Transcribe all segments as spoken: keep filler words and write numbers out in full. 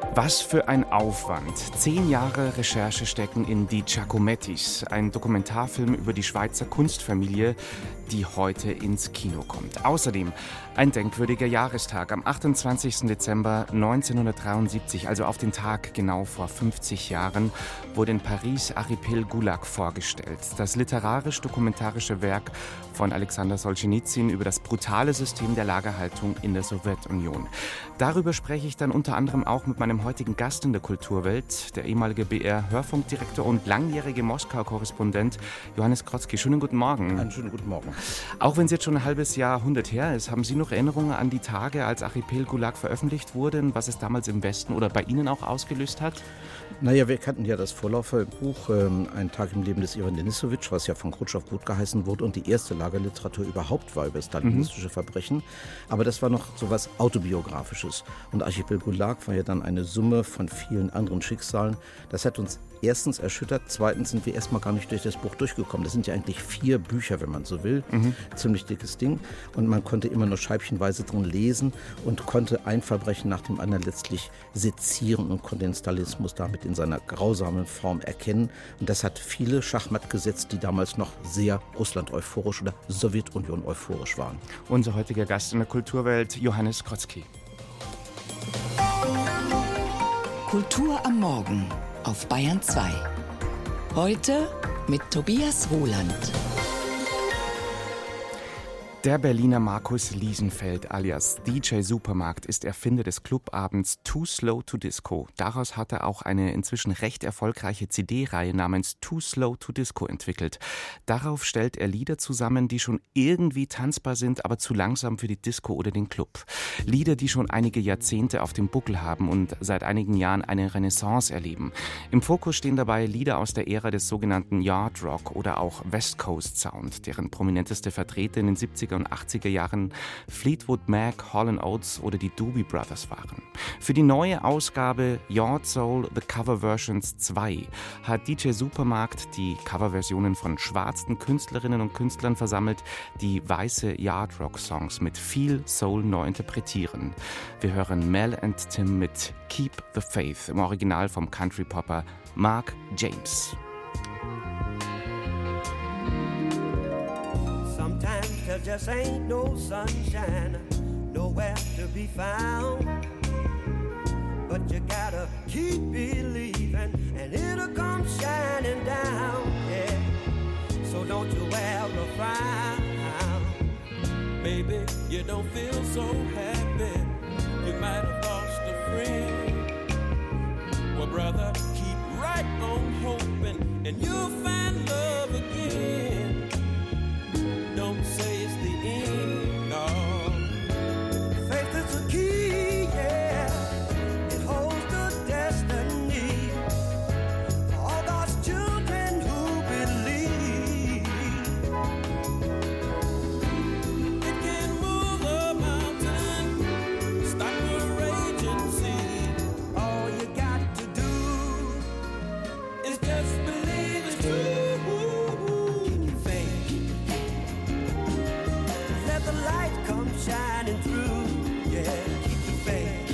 Was für ein Aufwand. Zehn Jahre Recherche stecken in Die Giacomettis, ein Dokumentarfilm über die Schweizer Kunstfamilie, die heute ins Kino kommt. Außerdem ein denkwürdiger Jahrestag am achtundzwanzigsten Dezember neunzehnhundertdreiundsiebzig, also auf den Tag genau vor fünfzig Jahren, wurde in Paris Archipel Gulag vorgestellt. Das literarisch-dokumentarische Werk von Alexander Solschenizyn über das brutale System der Lagerhaltung in der Sowjetunion. Darüber spreche ich dann unter anderem auch mit meinem heutigen Gast in der Kulturwelt, der ehemalige B R-Hörfunkdirektor und langjährige Moskau-Korrespondent Johannes Krotzki. Schönen guten Morgen. Einen schönen guten Morgen. Auch wenn es jetzt schon ein halbes Jahrhundert her ist, haben Sie noch Erinnerungen an die Tage, als Archipel Gulag veröffentlicht wurde und was es damals im Westen oder bei Ihnen auch ausgelöst hat? Naja, wir kannten ja das Vorläuferbuch ähm, Ein Tag im Leben des Iwan Denisowitsch, was ja von Khrushchev gut geheißen wurde und die erste Lagerliteratur überhaupt war über stalinistische mhm. Verbrechen. Aber das war noch so was Autobiografisches. Und Archipel Gulag war ja dann eine Summe von vielen anderen Schicksalen. Das hat uns erstens erschüttert, zweitens sind wir erstmal gar nicht durch das Buch durchgekommen. Das sind ja eigentlich vier Bücher, wenn man so will. Mhm. Ziemlich dickes Ding. Und man konnte immer nur scheibchenweise drin lesen und konnte ein Verbrechen nach dem anderen letztlich sezieren und konnte den Stalinismus damit in seiner grausamen Form erkennen. Und das hat viele schachmatt gesetzt, die damals noch sehr Russland-euphorisch oder Sowjetunion-euphorisch waren. Unser heutiger Gast in der Kulturwelt, Johannes Krotzki. Kultur am Morgen auf Bayern zwei. Heute mit Tobias Roland. Der Berliner Markus Liesenfeld alias D J Supermarkt ist Erfinder des Clubabends Too Slow to Disco. Daraus hat er auch eine inzwischen recht erfolgreiche C D-Reihe namens Too Slow to Disco entwickelt. Darauf stellt er Lieder zusammen, die schon irgendwie tanzbar sind, aber zu langsam für die Disco oder den Club. Lieder, die schon einige Jahrzehnte auf dem Buckel haben und seit einigen Jahren eine Renaissance erleben. Im Fokus stehen dabei Lieder aus der Ära des sogenannten Yard Rock oder auch West Coast Sound, deren prominenteste Vertreter in den siebziger und achtziger Jahren Fleetwood Mac, Hall and Oates oder die Doobie Brothers waren. Für die neue Ausgabe Yard Soul The Cover Versions zwei hat D J Supermarkt die Coverversionen von schwarzen Künstlerinnen und Künstlern versammelt, die weiße Yard Rock Songs mit viel Soul neu interpretieren. Wir hören Mel and Tim mit Keep the Faith, im Original vom Country Popper Mark James. There just ain't no sunshine nowhere to be found, but you gotta keep believing and it'll come shining down, yeah. So don't you ever frown. Baby, you don't feel so happy, you might have lost a friend. Well, brother, keep right on hoping and you'll find love again. Don't say it's the end, no. Faith is the key, yeah. It holds the destiny. All God's children who believe. It can move a mountain, stop a raging sea. All you got to do is just believe it's true. The light comes shining through, yeah, keep the faith.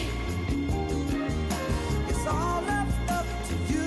It's all left up to you.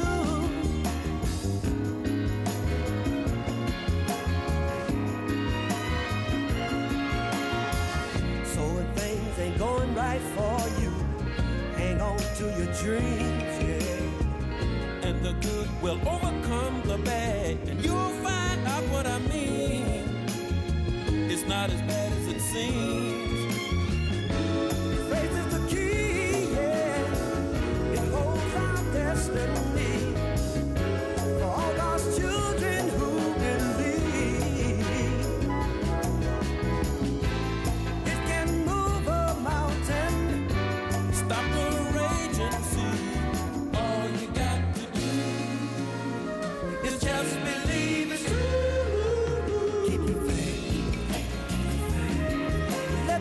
So when things ain't going right for you, hang on to your dreams, yeah. And the good will overcome the bad, and you'll find out what I mean. It's not as bad as it seems. Faith is the key, yeah. It holds our destiny. For all God's children who believe. It can move a mountain, stop the raging sea. All you got to do is just believe it's true. Keep your faith.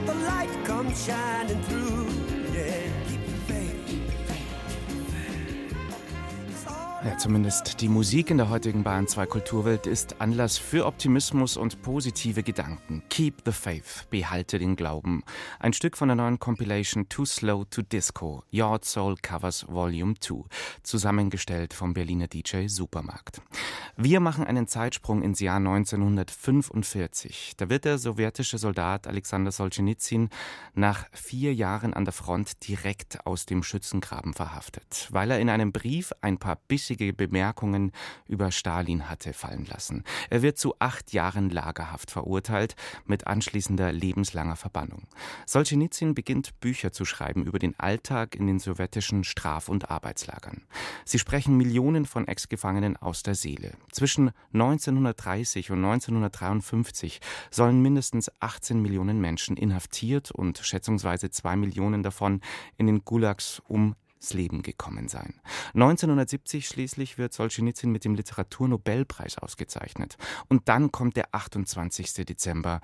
Ja, zumindest die Musik in der heutigen Bayern zwei Kulturwelt ist Anlass für Optimismus und positive Gedanken. Keep the Faith, behalte den Glauben. Ein Stück von der neuen Compilation Too Slow to Disco, Yard Soul Covers Volume zwei, zusammengestellt vom Berliner D J Supermarkt. Wir machen einen Zeitsprung ins Jahr neunzehnhundertfünfundvierzig. Da wird der sowjetische Soldat Alexander Solschenizyn nach vier Jahren an der Front direkt aus dem Schützengraben verhaftet, weil er in einem Brief ein paar bissige Bemerkungen über Stalin hatte fallen lassen. Er wird zu acht Jahren Lagerhaft verurteilt, mit anschließender lebenslanger Verbannung. Solschenizyn beginnt Bücher zu schreiben über den Alltag in den sowjetischen Straf- und Arbeitslagern. Sie sprechen Millionen von Ex-Gefangenen aus der Seele. Zwischen neunzehnhundertdreißig und neunzehnhundertdreiundfünfzig sollen mindestens achtzehn Millionen Menschen inhaftiert und schätzungsweise zwei Millionen davon in den Gulags ums Leben gekommen sein. neunzehnhundertsiebzig schließlich wird Solschenizyn mit dem Literaturnobelpreis ausgezeichnet. Und dann kommt der achtundzwanzigster Dezember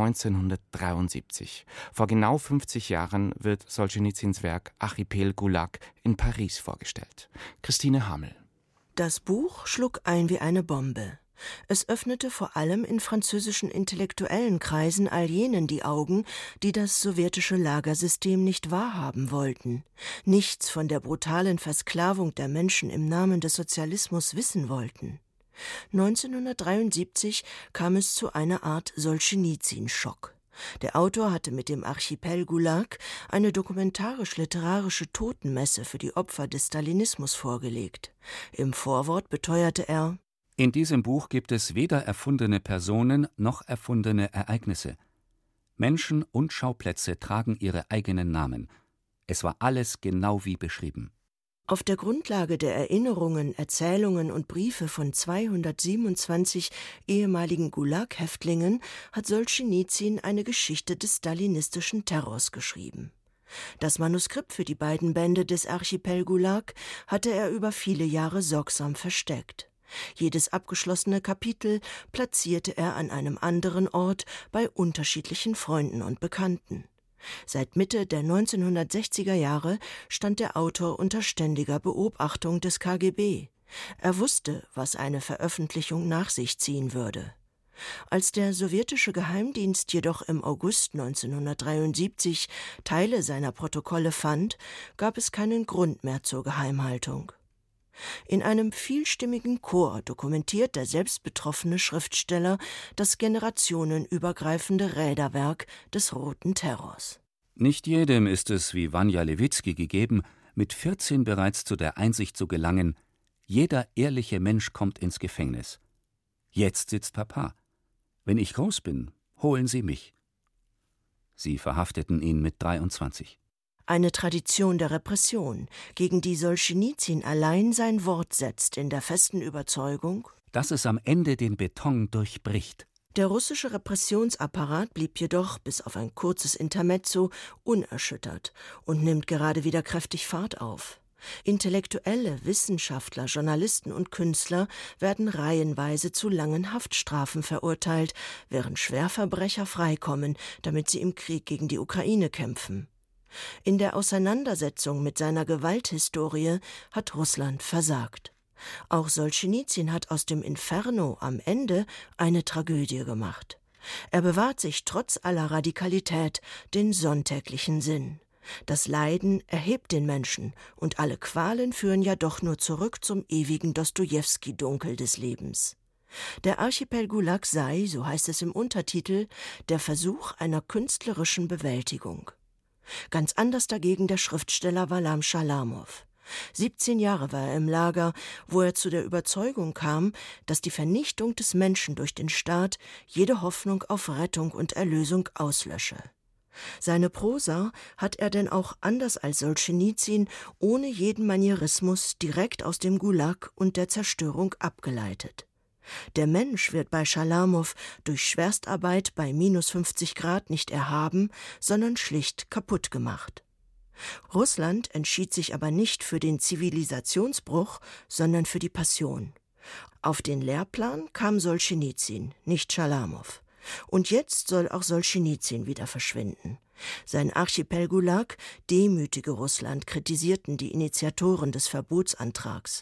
neunzehnhundertdreiundsiebzig. Vor genau fünfzig Jahren wird Solschenizyns Werk Archipel Gulag in Paris vorgestellt. Christine Hamel. Das Buch schlug ein wie eine Bombe. Es öffnete vor allem in französischen intellektuellen Kreisen all jenen die Augen, die das sowjetische Lagersystem nicht wahrhaben wollten, nichts von der brutalen Versklavung der Menschen im Namen des Sozialismus wissen wollten. neunzehnhundertdreiundsiebzig kam es zu einer Art Solschenizyn-Schock. Der Autor hatte mit dem Archipel Gulag eine dokumentarisch-literarische Totenmesse für die Opfer des Stalinismus vorgelegt. Im Vorwort beteuerte er: In diesem Buch gibt es weder erfundene Personen noch erfundene Ereignisse. Menschen und Schauplätze tragen ihre eigenen Namen. Es war alles genau wie beschrieben. Auf der Grundlage der Erinnerungen, Erzählungen und Briefe von zweihundertsiebenundzwanzig ehemaligen Gulag-Häftlingen hat Solschenizyn eine Geschichte des stalinistischen Terrors geschrieben. Das Manuskript für die beiden Bände des Archipel Gulag hatte er über viele Jahre sorgsam versteckt. Jedes abgeschlossene Kapitel platzierte er an einem anderen Ort bei unterschiedlichen Freunden und Bekannten. Seit Mitte der neunzehnhundertsechziger Jahre stand der Autor unter ständiger Beobachtung des K G B. Er wusste, was eine Veröffentlichung nach sich ziehen würde. Als der sowjetische Geheimdienst jedoch im August neunzehnhundertdreiundsiebzig Teile seiner Protokolle fand, gab es keinen Grund mehr zur Geheimhaltung. In einem vielstimmigen Chor dokumentiert der selbstbetroffene Schriftsteller das generationenübergreifende Räderwerk des Roten Terrors. Nicht jedem ist es wie Wanja Lewitzki gegeben, mit vierzehn bereits zu der Einsicht zu gelangen: Jeder ehrliche Mensch kommt ins Gefängnis. Jetzt sitzt Papa. Wenn ich groß bin, holen Sie mich. Sie verhafteten ihn mit dreiundzwanzig. Eine Tradition der Repression, gegen die Solschenizyn allein sein Wort setzt, in der festen Überzeugung, dass es am Ende den Beton durchbricht. Der russische Repressionsapparat blieb jedoch, bis auf ein kurzes Intermezzo, unerschüttert und nimmt gerade wieder kräftig Fahrt auf. Intellektuelle, Wissenschaftler, Journalisten und Künstler werden reihenweise zu langen Haftstrafen verurteilt, während Schwerverbrecher freikommen, damit sie im Krieg gegen die Ukraine kämpfen. In der Auseinandersetzung mit seiner Gewalthistorie hat Russland versagt. Auch Solschenizyn hat aus dem Inferno am Ende eine Tragödie gemacht. Er bewahrt sich trotz aller Radikalität den sonntäglichen Sinn. Das Leiden erhebt den Menschen und alle Qualen führen ja doch nur zurück zum ewigen Dostojewski-Dunkel des Lebens. Der Archipel Gulag sei, so heißt es im Untertitel, der Versuch einer künstlerischen Bewältigung. Ganz anders dagegen der Schriftsteller Warlam Schalamow. siebzehn Jahre war er im Lager, wo er zu der Überzeugung kam, dass die Vernichtung des Menschen durch den Staat jede Hoffnung auf Rettung und Erlösung auslösche. Seine Prosa hat er denn auch anders als Solschenizyn ohne jeden Manierismus direkt aus dem Gulag und der Zerstörung abgeleitet. Der Mensch wird bei Schalamow durch Schwerstarbeit bei minus fünfzig Grad nicht erhaben, sondern schlicht kaputt gemacht. Russland entschied sich aber nicht für den Zivilisationsbruch, sondern für die Passion. Auf den Lehrplan kam Solschenizyn, nicht Schalamow. Und jetzt soll auch Solschenizyn wieder verschwinden. Sein Archipel Gulag demütige Russland, kritisierten die Initiatoren des Verbotsantrags.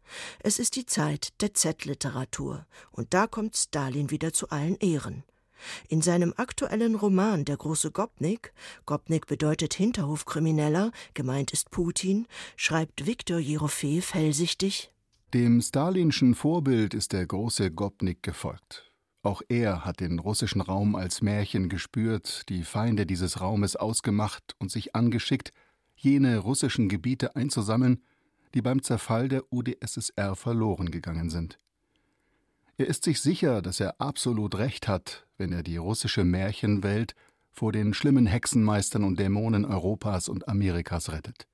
Es ist die Zeit der Z-Literatur, und da kommt Stalin wieder zu allen Ehren. In seinem aktuellen Roman »Der große Gopnik«, Gopnik bedeutet Hinterhofkrimineller, gemeint ist Putin, schreibt Viktor Jerofejew hellsichtig: Dem stalinschen Vorbild ist der große Gopnik gefolgt. Auch er hat den russischen Raum als Märchen gespürt, die Feinde dieses Raumes ausgemacht und sich angeschickt, jene russischen Gebiete einzusammeln, die beim Zerfall der U d S S R verloren gegangen sind. Er ist sich sicher, dass er absolut recht hat, wenn er die russische Märchenwelt vor den schlimmen Hexenmeistern und Dämonen Europas und Amerikas rettet.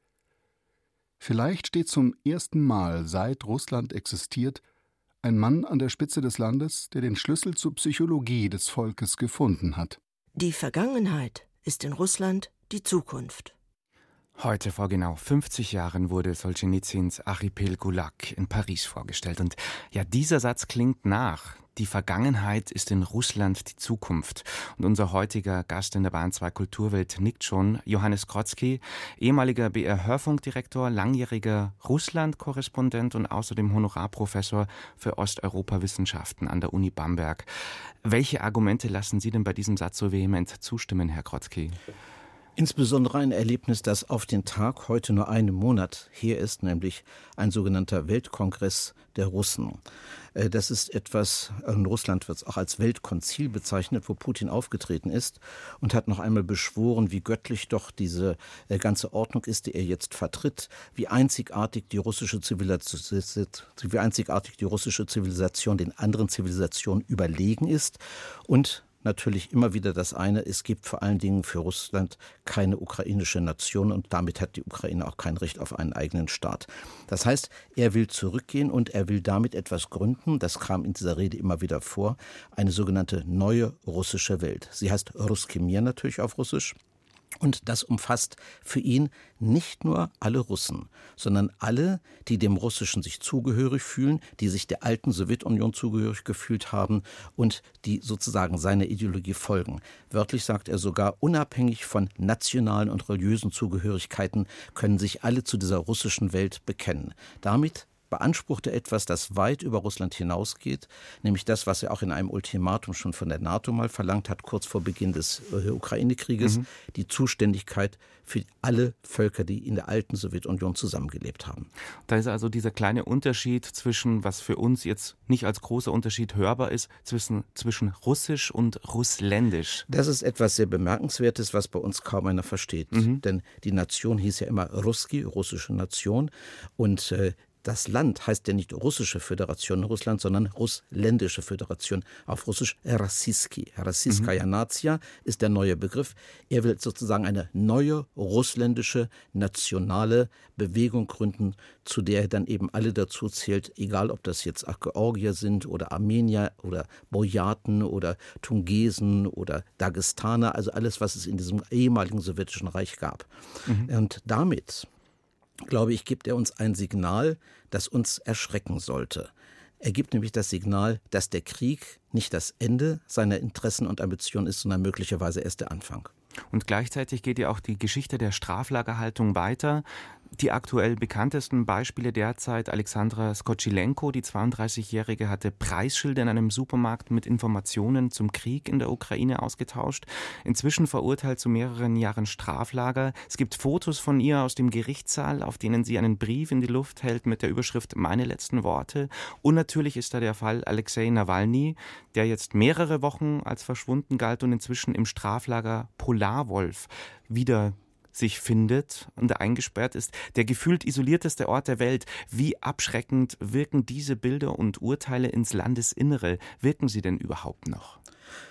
Vielleicht steht zum ersten Mal, seit Russland existiert, ein Mann an der Spitze des Landes, der den Schlüssel zur Psychologie des Volkes gefunden hat. Die Vergangenheit ist in Russland die Zukunft. Heute vor genau fünfzig Jahren wurde Solschenitsyns Archipel Gulag in Paris vorgestellt. Und ja, dieser Satz klingt nach. Die Vergangenheit ist in Russland die Zukunft. Und unser heutiger Gast in der Bayern zwei Kulturwelt nickt schon. Johannes Grodzki, ehemaliger B R-Hörfunkdirektor, langjähriger Russland-Korrespondent und außerdem Honorarprofessor für Osteuropawissenschaften an der Uni Bamberg. Welche Argumente lassen Sie denn bei diesem Satz so vehement zustimmen, Herr Grodzki? Insbesondere ein Erlebnis, das auf den Tag heute nur einen Monat her ist, nämlich ein sogenannter Weltkongress der Russen. Das ist etwas, in Russland wird es auch als Weltkonzil bezeichnet, wo Putin aufgetreten ist und hat noch einmal beschworen, wie göttlich doch diese ganze Ordnung ist, die er jetzt vertritt, wie einzigartig die russische Zivilisation, wie einzigartig die russische Zivilisation den anderen Zivilisationen überlegen ist und natürlich immer wieder das eine, es gibt vor allen Dingen für Russland keine ukrainische Nation und damit hat die Ukraine auch kein Recht auf einen eigenen Staat. Das heißt, er will zurückgehen und er will damit etwas gründen, das kam in dieser Rede immer wieder vor, eine sogenannte neue russische Welt. Sie heißt Russki Mir natürlich auf Russisch. Und das umfasst für ihn nicht nur alle Russen, sondern alle, die dem Russischen sich zugehörig fühlen, die sich der alten Sowjetunion zugehörig gefühlt haben und die sozusagen seiner Ideologie folgen. Wörtlich sagt er sogar, unabhängig von nationalen und religiösen Zugehörigkeiten können sich alle zu dieser russischen Welt bekennen. Damit beansprucht er etwas, das weit über Russland hinausgeht, nämlich das, was er auch in einem Ultimatum schon von der NATO mal verlangt hat, kurz vor Beginn des äh, Ukraine-Krieges, mhm. die Zuständigkeit für alle Völker, die in der alten Sowjetunion zusammengelebt haben. Da ist also dieser kleine Unterschied zwischen, was für uns jetzt nicht als großer Unterschied hörbar ist, zwischen, zwischen Russisch und Russländisch. Das ist etwas sehr Bemerkenswertes, was bei uns kaum einer versteht. Mhm. Denn die Nation hieß ja immer Russki, russische Nation, und äh, das Land heißt ja nicht Russische Föderation Russland, sondern Russländische Föderation, auf Russisch Rassiski. Rassiskaya Natia ist der neue Begriff. Er will sozusagen eine neue russländische nationale Bewegung gründen, zu der er dann eben alle dazu zählt, egal ob das jetzt Georgier sind oder Armenier oder Boyaten oder Tungesen oder Dagestaner, also alles, was es in diesem ehemaligen sowjetischen Reich gab. Mhm. Und damit, glaube ich, gibt er uns ein Signal, das uns erschrecken sollte. Er gibt nämlich das Signal, dass der Krieg nicht das Ende seiner Interessen und Ambitionen ist, sondern möglicherweise erst der Anfang. Und gleichzeitig geht ja auch die Geschichte der Straflagerhaltung weiter. Die aktuell bekanntesten Beispiele derzeit: Alexandra Skoczylenko, die zweiunddreißigjährige, hatte Preisschilder in einem Supermarkt mit Informationen zum Krieg in der Ukraine ausgetauscht. Inzwischen verurteilt zu mehreren Jahren Straflager. Es gibt Fotos von ihr aus dem Gerichtssaal, auf denen sie einen Brief in die Luft hält mit der Überschrift »Meine letzten Worte«. Und natürlich ist da der Fall Alexei Nawalny, der jetzt mehrere Wochen als verschwunden galt und inzwischen im Straflager Polarwolf wieder sich findet und eingesperrt ist, der gefühlt isolierteste Ort der Welt. Wie abschreckend wirken diese Bilder und Urteile ins Landesinnere? Wirken sie denn überhaupt noch?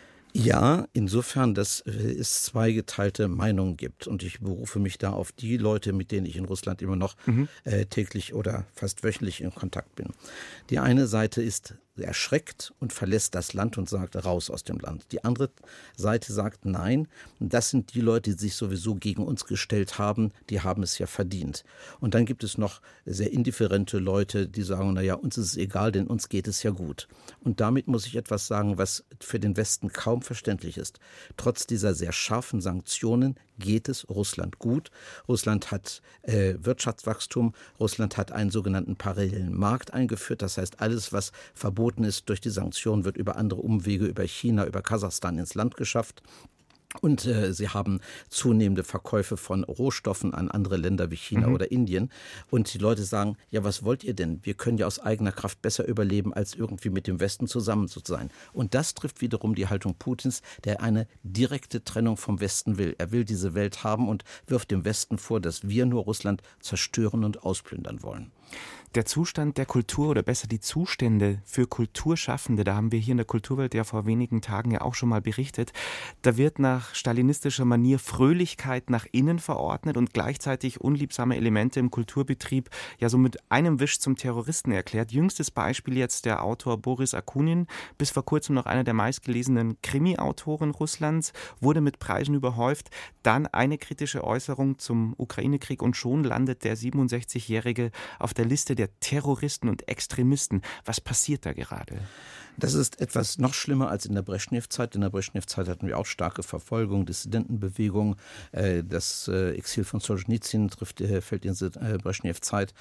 Ja, insofern, dass es zweigeteilte Meinungen gibt. Und ich berufe mich da auf die Leute, mit denen ich in Russland immer noch mhm. äh, täglich oder fast wöchentlich in Kontakt bin. Die eine Seite ist erschreckt und verlässt das Land und sagt, raus aus dem Land. Die andere Seite sagt, nein, das sind die Leute, die sich sowieso gegen uns gestellt haben, die haben es ja verdient. Und dann gibt es noch sehr indifferente Leute, die sagen, naja, uns ist es egal, denn uns geht es ja gut. Und damit muss ich etwas sagen, was für den Westen kaum verständlich ist. Trotz dieser sehr scharfen Sanktionen geht es Russland gut. Russland hat äh, Wirtschaftswachstum, Russland hat einen sogenannten parallelen Markt eingeführt. Das heißt, alles, was verboten ist durch die Sanktionen, wird über andere Umwege, über China, über Kasachstan ins Land geschafft. Und äh, sie haben zunehmende Verkäufe von Rohstoffen an andere Länder wie China mhm. oder Indien. Und die Leute sagen, ja, was wollt ihr denn? Wir können ja aus eigener Kraft besser überleben, als irgendwie mit dem Westen zusammen zu sein. Und das trifft wiederum die Haltung Putins, der eine direkte Trennung vom Westen will. Er will diese Welt haben und wirft dem Westen vor, dass wir nur Russland zerstören und ausplündern wollen. Der Zustand der Kultur oder besser die Zustände für Kulturschaffende, da haben wir hier in der Kulturwelt ja vor wenigen Tagen ja auch schon mal berichtet, da wird nach stalinistischer Manier Fröhlichkeit nach innen verordnet und gleichzeitig unliebsame Elemente im Kulturbetrieb ja so mit einem Wisch zum Terroristen erklärt. Jüngstes Beispiel jetzt der Autor Boris Akunin, bis vor kurzem noch einer der meistgelesenen Krimi-Autoren Russlands, wurde mit Preisen überhäuft. Dann eine kritische Äußerung zum Ukraine-Krieg und schon landet der siebenundsechzigjährige auf der Liste der Terroristen und Extremisten. Was passiert da gerade? Das ist etwas noch schlimmer als in der Breschnew-Zeit. In der Breschnew-Zeit hatten wir auch starke Verfolgung, Dissidentenbewegung. Das Exil von Solzhenitsyn trifft, fällt in diese Breschnew-Zeit.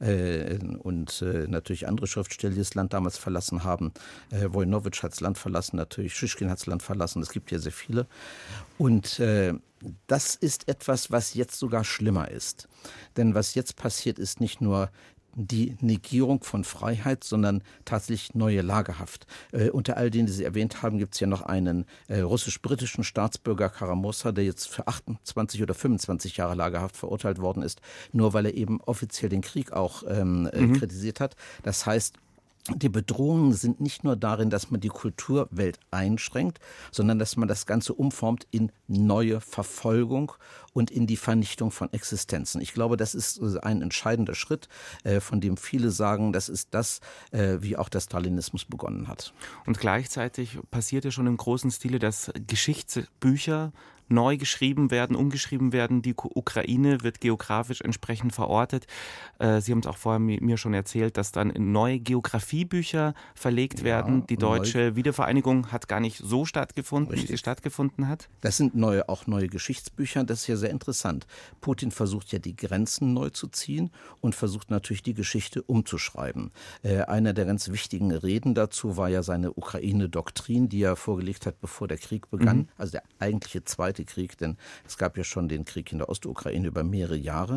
Und natürlich andere Schriftsteller, die das Land damals verlassen haben. Wojnowitsch hat das Land verlassen, natürlich Schischkin hat das Land verlassen. Es gibt ja sehr viele. Und das ist etwas, was jetzt sogar schlimmer ist. Denn was jetzt passiert, ist nicht nur die Negierung von Freiheit, sondern tatsächlich neue Lagerhaft. Äh, unter all denen, die Sie erwähnt haben, gibt es ja noch einen äh, russisch-britischen Staatsbürger, Kara-Murza, der jetzt für achtundzwanzig oder fünfundzwanzig Jahre Lagerhaft verurteilt worden ist, nur weil er eben offiziell den Krieg auch ähm, äh, mhm. kritisiert hat. Das heißt, die Bedrohungen sind nicht nur darin, dass man die Kulturwelt einschränkt, sondern dass man das Ganze umformt in neue Verfolgung und in die Vernichtung von Existenzen. Ich glaube, das ist ein entscheidender Schritt, von dem viele sagen, das ist das, wie auch der Stalinismus begonnen hat. Und gleichzeitig passiert ja schon im großen Stile, dass Geschichtsbücher neu geschrieben werden, umgeschrieben werden. Die Ukraine wird geografisch entsprechend verortet. Äh, Sie haben es auch vorher mir schon erzählt, dass dann neue Geografiebücher verlegt ja, werden. Die deutsche neu. Wiedervereinigung hat gar nicht so stattgefunden, Richtig. wie sie stattgefunden hat. Das sind neue, auch neue Geschichtsbücher. Das ist ja sehr interessant. Putin versucht ja, die Grenzen neu zu ziehen und versucht natürlich, die Geschichte umzuschreiben. Äh, einer der ganz wichtigen Reden dazu war ja seine Ukraine-Doktrin, die er vorgelegt hat, bevor der Krieg begann. Mhm. Also der eigentliche zweite Krieg, denn es gab ja schon den Krieg in der Ostukraine über mehrere Jahre.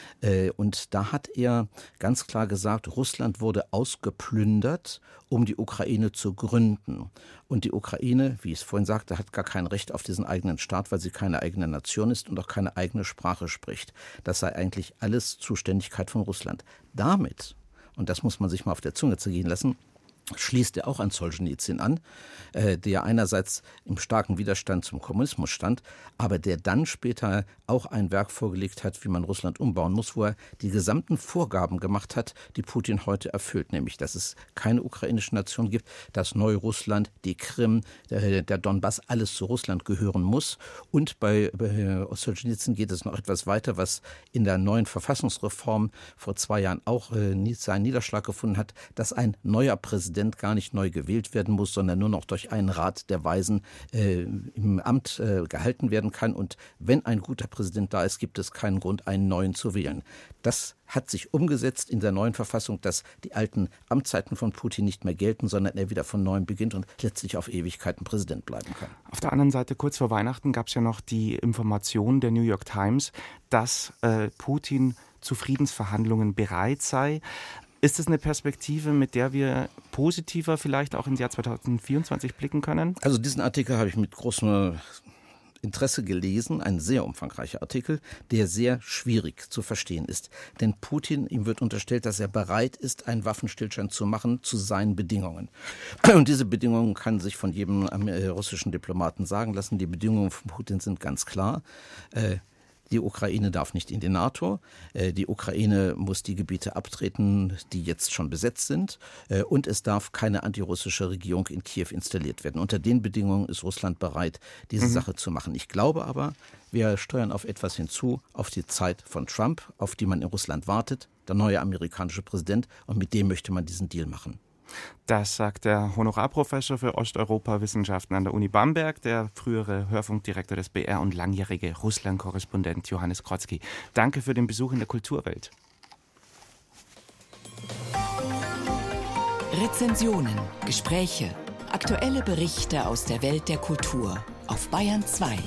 Und da hat er ganz klar gesagt, Russland wurde ausgeplündert, um die Ukraine zu gründen. Und die Ukraine, wie ich es vorhin sagte, hat gar kein Recht auf diesen eigenen Staat, weil sie keine eigene Nation ist und auch keine eigene Sprache spricht. Das sei eigentlich alles Zuständigkeit von Russland. Damit, und das muss man sich mal auf der Zunge zergehen lassen, schließt er auch an Solzhenitsyn an, äh, der einerseits im starken Widerstand zum Kommunismus stand, aber der dann später auch ein Werk vorgelegt hat, wie man Russland umbauen muss, wo er die gesamten Vorgaben gemacht hat, die Putin heute erfüllt, nämlich, dass es keine ukrainische Nation gibt, dass Neurussland, die Krim, der, der Donbass, alles zu Russland gehören muss. Und bei, bei Solzhenitsyn geht es noch etwas weiter, was in der neuen Verfassungsreform vor zwei Jahren auch äh, seinen Niederschlag gefunden hat, dass ein neuer Präsident gar nicht neu gewählt werden muss, sondern nur noch durch einen Rat der Weisen äh, im Amt äh, gehalten werden kann. Und wenn ein guter Präsident da ist, gibt es keinen Grund, einen neuen zu wählen. Das hat sich umgesetzt in der neuen Verfassung, dass die alten Amtszeiten von Putin nicht mehr gelten, sondern er wieder von neuem beginnt und letztlich auf Ewigkeiten Präsident bleiben kann. Auf der anderen Seite, kurz vor Weihnachten gab es ja noch die Information der New York Times, dass äh, Putin zu Friedensverhandlungen bereit sei. Ist das eine Perspektive, mit der wir positiver vielleicht auch ins Jahr zweitausendvierundzwanzig blicken können? Also diesen Artikel habe ich mit großem Interesse gelesen, ein sehr umfangreicher Artikel, der sehr schwierig zu verstehen ist. Denn Putin, ihm wird unterstellt, dass er bereit ist, einen Waffenstillstand zu machen zu seinen Bedingungen. Und diese Bedingungen kann sich von jedem russischen Diplomaten sagen lassen. Die Bedingungen von Putin sind ganz klar. Äh, Die Ukraine darf nicht in die NATO. Die Ukraine muss die Gebiete abtreten, die jetzt schon besetzt sind. Und es darf keine antirussische Regierung in Kiew installiert werden. Unter den Bedingungen ist Russland bereit, diese mhm. Sache zu machen. Ich glaube aber, wir steuern auf etwas hinzu, auf die Zeit von Trump, auf die man in Russland wartet, der neue amerikanische Präsident. Und mit dem möchte man diesen Deal machen. Das sagt der Honorarprofessor für Osteuropawissenschaften an der Uni Bamberg, der frühere Hörfunkdirektor des B R und langjährige Russland-Korrespondent Johannes Krotzki. Danke für den Besuch in der Kulturwelt. Rezensionen, Gespräche, aktuelle Berichte aus der Welt der Kultur auf Bayern zwei.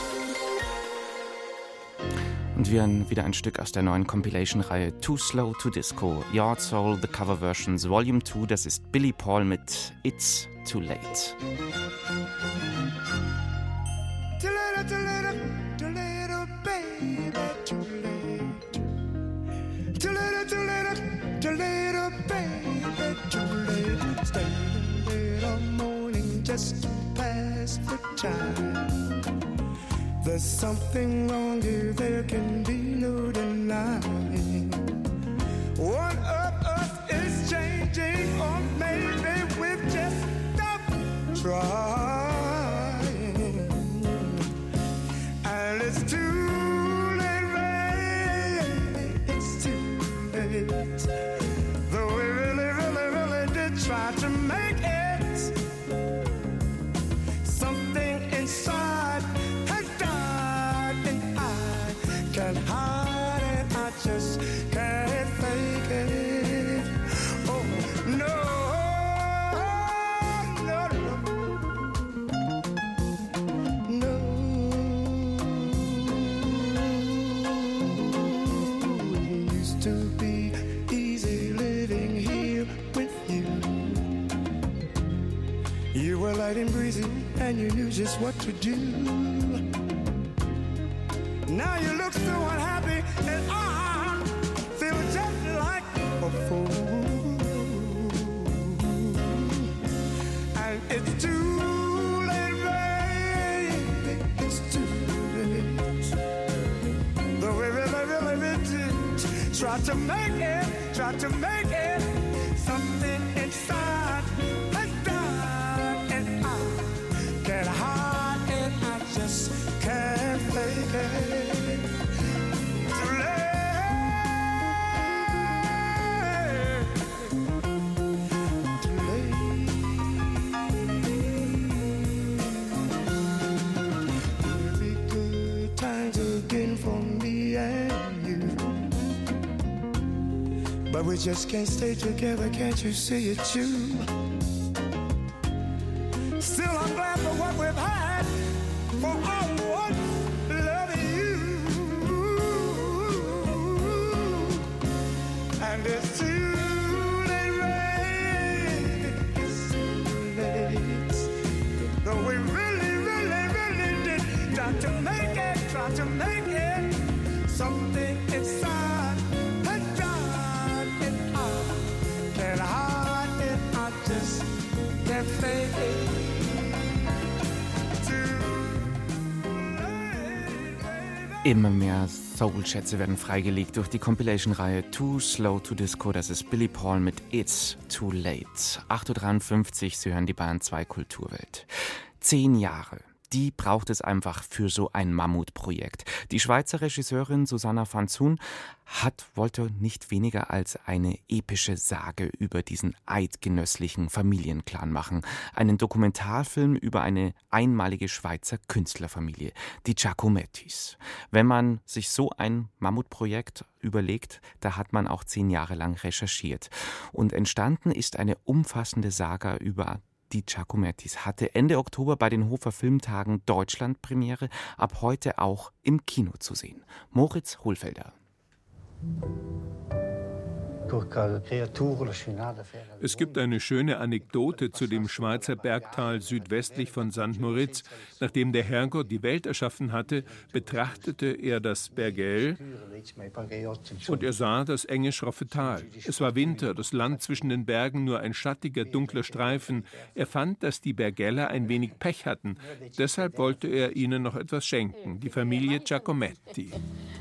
Und wir hören wieder ein Stück aus der neuen Compilation-Reihe Too Slow to Disco, Yard Soul, The Cover Versions, Volume zwei. Das ist Billy Paul mit It's Too Late. Too late, too late, too late, baby, too late. Too late, too late, too late, baby, too late. Staying late all morning just to pass the time. There's something wrong here, there can be no denying. One of us is changing, or maybe we've just stopped trying. And it's too late, baby, it's too late. Though we really, really, really did try to make it, something inside can't hide it, I just can't fake it. Oh no, no, no, no. It used to be easy living here with you. You were light and breezy, and you knew just what to do. Now you look so unhappy, and I feel just like a fool. And it's too late, baby, it's too late. Though we really, really, really did try to make it, try to make it, something inside has died, and I can't hide it, I just can't fake it. But we just can't stay together, can't you see it too? Still I'm glad for what we've had, for I once loving you. And it's too late, baby, it's too late. Though we really, really, really did try to make it, try to make it, something inside has died, and I can't hide it, I just can't fake it. Immer mehr Soul-Schätze werden freigelegt durch die Compilation-Reihe Too Slow to Disco. Das ist Billy Paul mit It's Too Late. acht Uhr dreiundfünfzig, Sie hören die Bayern zwei Kulturwelt. Zehn Jahre. Die braucht es einfach für so ein Mammutprojekt. Die Schweizer Regisseurin Susanna Fanzun hat, wollte nicht weniger als eine epische Sage über diesen eidgenösslichen Familienclan machen. Einen Dokumentarfilm über eine einmalige Schweizer Künstlerfamilie, die Giacomettis. Wenn man sich so ein Mammutprojekt überlegt, da hat man auch zehn Jahre lang recherchiert. Und entstanden ist eine umfassende Saga über die Giacomettis, hatte Ende Oktober bei den Hofer Filmtagen Deutschlandpremiere, ab heute auch im Kino zu sehen. Moritz Hohlfelder. Es gibt eine schöne Anekdote zu dem Schweizer Bergtal südwestlich von Sankt Moritz. Nachdem der Herrgott die Welt erschaffen hatte, betrachtete er das Bergell und er sah das enge, schroffe Tal. Es war Winter, das Land zwischen den Bergen nur ein schattiger, dunkler Streifen. Er fand, dass die Bergeller ein wenig Pech hatten. Deshalb wollte er ihnen noch etwas schenken, die Familie Giacometti.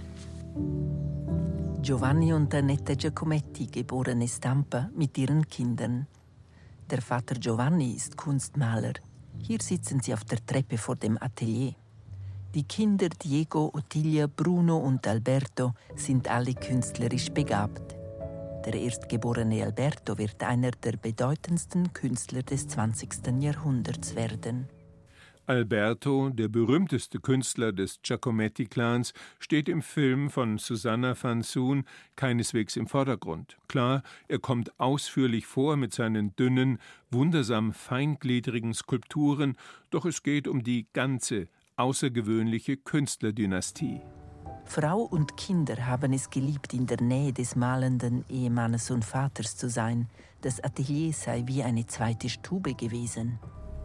Giovanni und Annetta Giacometti, geborene Stampa, mit ihren Kindern. Der Vater Giovanni ist Kunstmaler. Hier sitzen sie auf der Treppe vor dem Atelier. Die Kinder Diego, Ottilia, Bruno und Alberto sind alle künstlerisch begabt. Der erstgeborene Alberto wird einer der bedeutendsten Künstler des zwanzigsten Jahrhunderts werden. Alberto, der berühmteste Künstler des Giacometti-Clans, steht im Film von Susanna Fanzun keineswegs im Vordergrund. Klar, er kommt ausführlich vor mit seinen dünnen, wundersam feingliedrigen Skulpturen, doch es geht um die ganze, außergewöhnliche Künstlerdynastie. Frau und Kinder haben es geliebt, in der Nähe des malenden Ehemannes und Vaters zu sein. Das Atelier sei wie eine zweite Stube gewesen.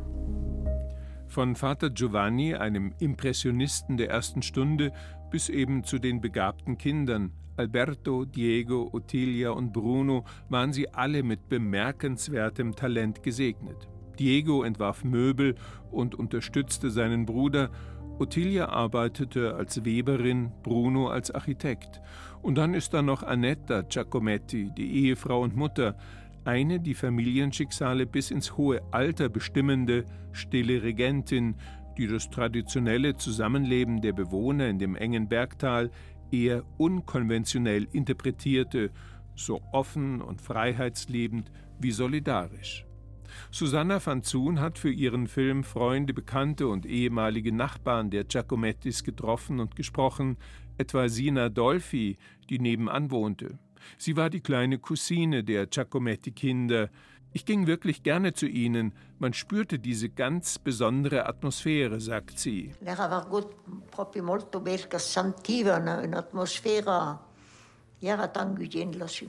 Von Vater Giovanni, einem Impressionisten der ersten Stunde, bis eben zu den begabten Kindern. Alberto, Diego, Ottilia und Bruno waren sie alle mit bemerkenswertem Talent gesegnet. Diego entwarf Möbel und unterstützte seinen Bruder. Ottilia arbeitete als Weberin, Bruno als Architekt. Und dann ist da noch Annetta Giacometti, die Ehefrau und Mutter, eine die Familienschicksale bis ins hohe Alter bestimmende, stille Regentin, die das traditionelle Zusammenleben der Bewohner in dem engen Bergtal eher unkonventionell interpretierte, so offen und freiheitsliebend wie solidarisch. Susanna Fanzun hat für ihren Film Freunde, Bekannte und ehemalige Nachbarn der Giacomettis getroffen und gesprochen, etwa Sina Dolfi, die nebenan wohnte. Sie war die kleine Cousine der Giacometti-Kinder. Ich ging wirklich gerne zu ihnen. Man spürte diese ganz besondere Atmosphäre, sagt sie. Era proprio molto perché sentiva un'atmosfera, era tranquilla lassù.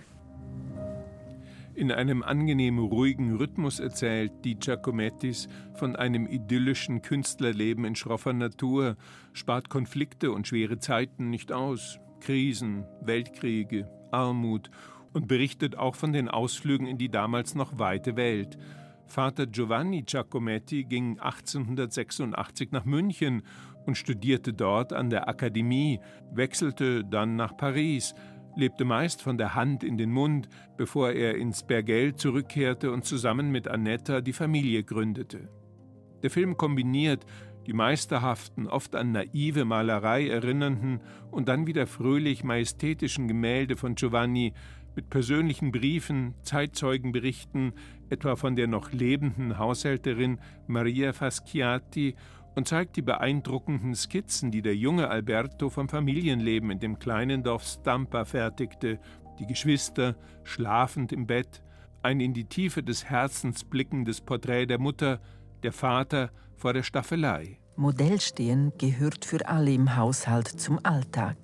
In einem angenehm ruhigen Rhythmus erzählt die Giacomettis von einem idyllischen Künstlerleben in schroffer Natur, spart Konflikte und schwere Zeiten nicht aus, Krisen, Weltkriege, Armut und berichtet auch von den Ausflügen in die damals noch weite Welt. Vater Giovanni Giacometti ging achtzehnhundertsechsundachtzig nach München und studierte dort an der Akademie, wechselte dann nach Paris, lebte meist von der Hand in den Mund, bevor er ins Bergell zurückkehrte und zusammen mit Annetta die Familie gründete. Der Film kombiniert die meisterhaften, oft an naive Malerei erinnernden und dann wieder fröhlich majestätischen Gemälde von Giovanni mit persönlichen Briefen, Zeitzeugenberichten, etwa von der noch lebenden Haushälterin Maria Fasciati, und zeigt die beeindruckenden Skizzen, die der junge Alberto vom Familienleben in dem kleinen Dorf Stampa fertigte, die Geschwister schlafend im Bett, ein in die Tiefe des Herzens blickendes Porträt der Mutter, der Vater vor der Staffelei. Modellstehen gehört für alle im Haushalt zum Alltag.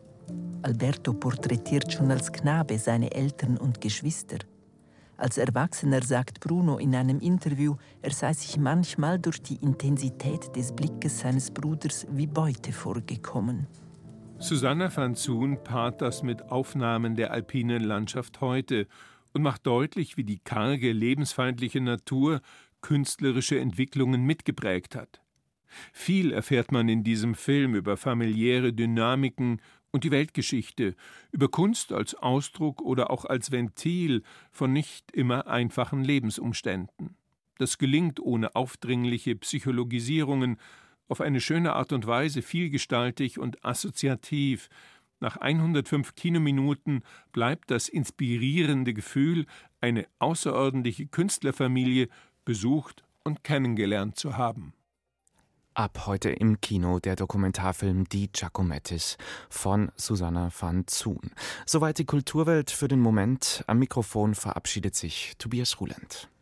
Alberto porträtiert schon als Knabe seine Eltern und Geschwister. Als Erwachsener sagt Bruno in einem Interview, er sei sich manchmal durch die Intensität des Blickes seines Bruders wie Beute vorgekommen. Susanna Fanzun paart das mit Aufnahmen der alpinen Landschaft heute und macht deutlich, wie die karge, lebensfeindliche Natur künstlerische Entwicklungen mitgeprägt hat. Viel erfährt man in diesem Film über familiäre Dynamiken und die Weltgeschichte, über Kunst als Ausdruck oder auch als Ventil von nicht immer einfachen Lebensumständen. Das gelingt ohne aufdringliche Psychologisierungen, auf eine schöne Art und Weise vielgestaltig und assoziativ. Nach hundertfünf Kinominuten bleibt das inspirierende Gefühl, eine außerordentliche Künstlerfamilie besucht und kennengelernt zu haben. Ab heute im Kino der Dokumentarfilm Die Giacomettis von Susanna Fanzun. Soweit die Kulturwelt für den Moment. Am Mikrofon verabschiedet sich Tobias Ruland.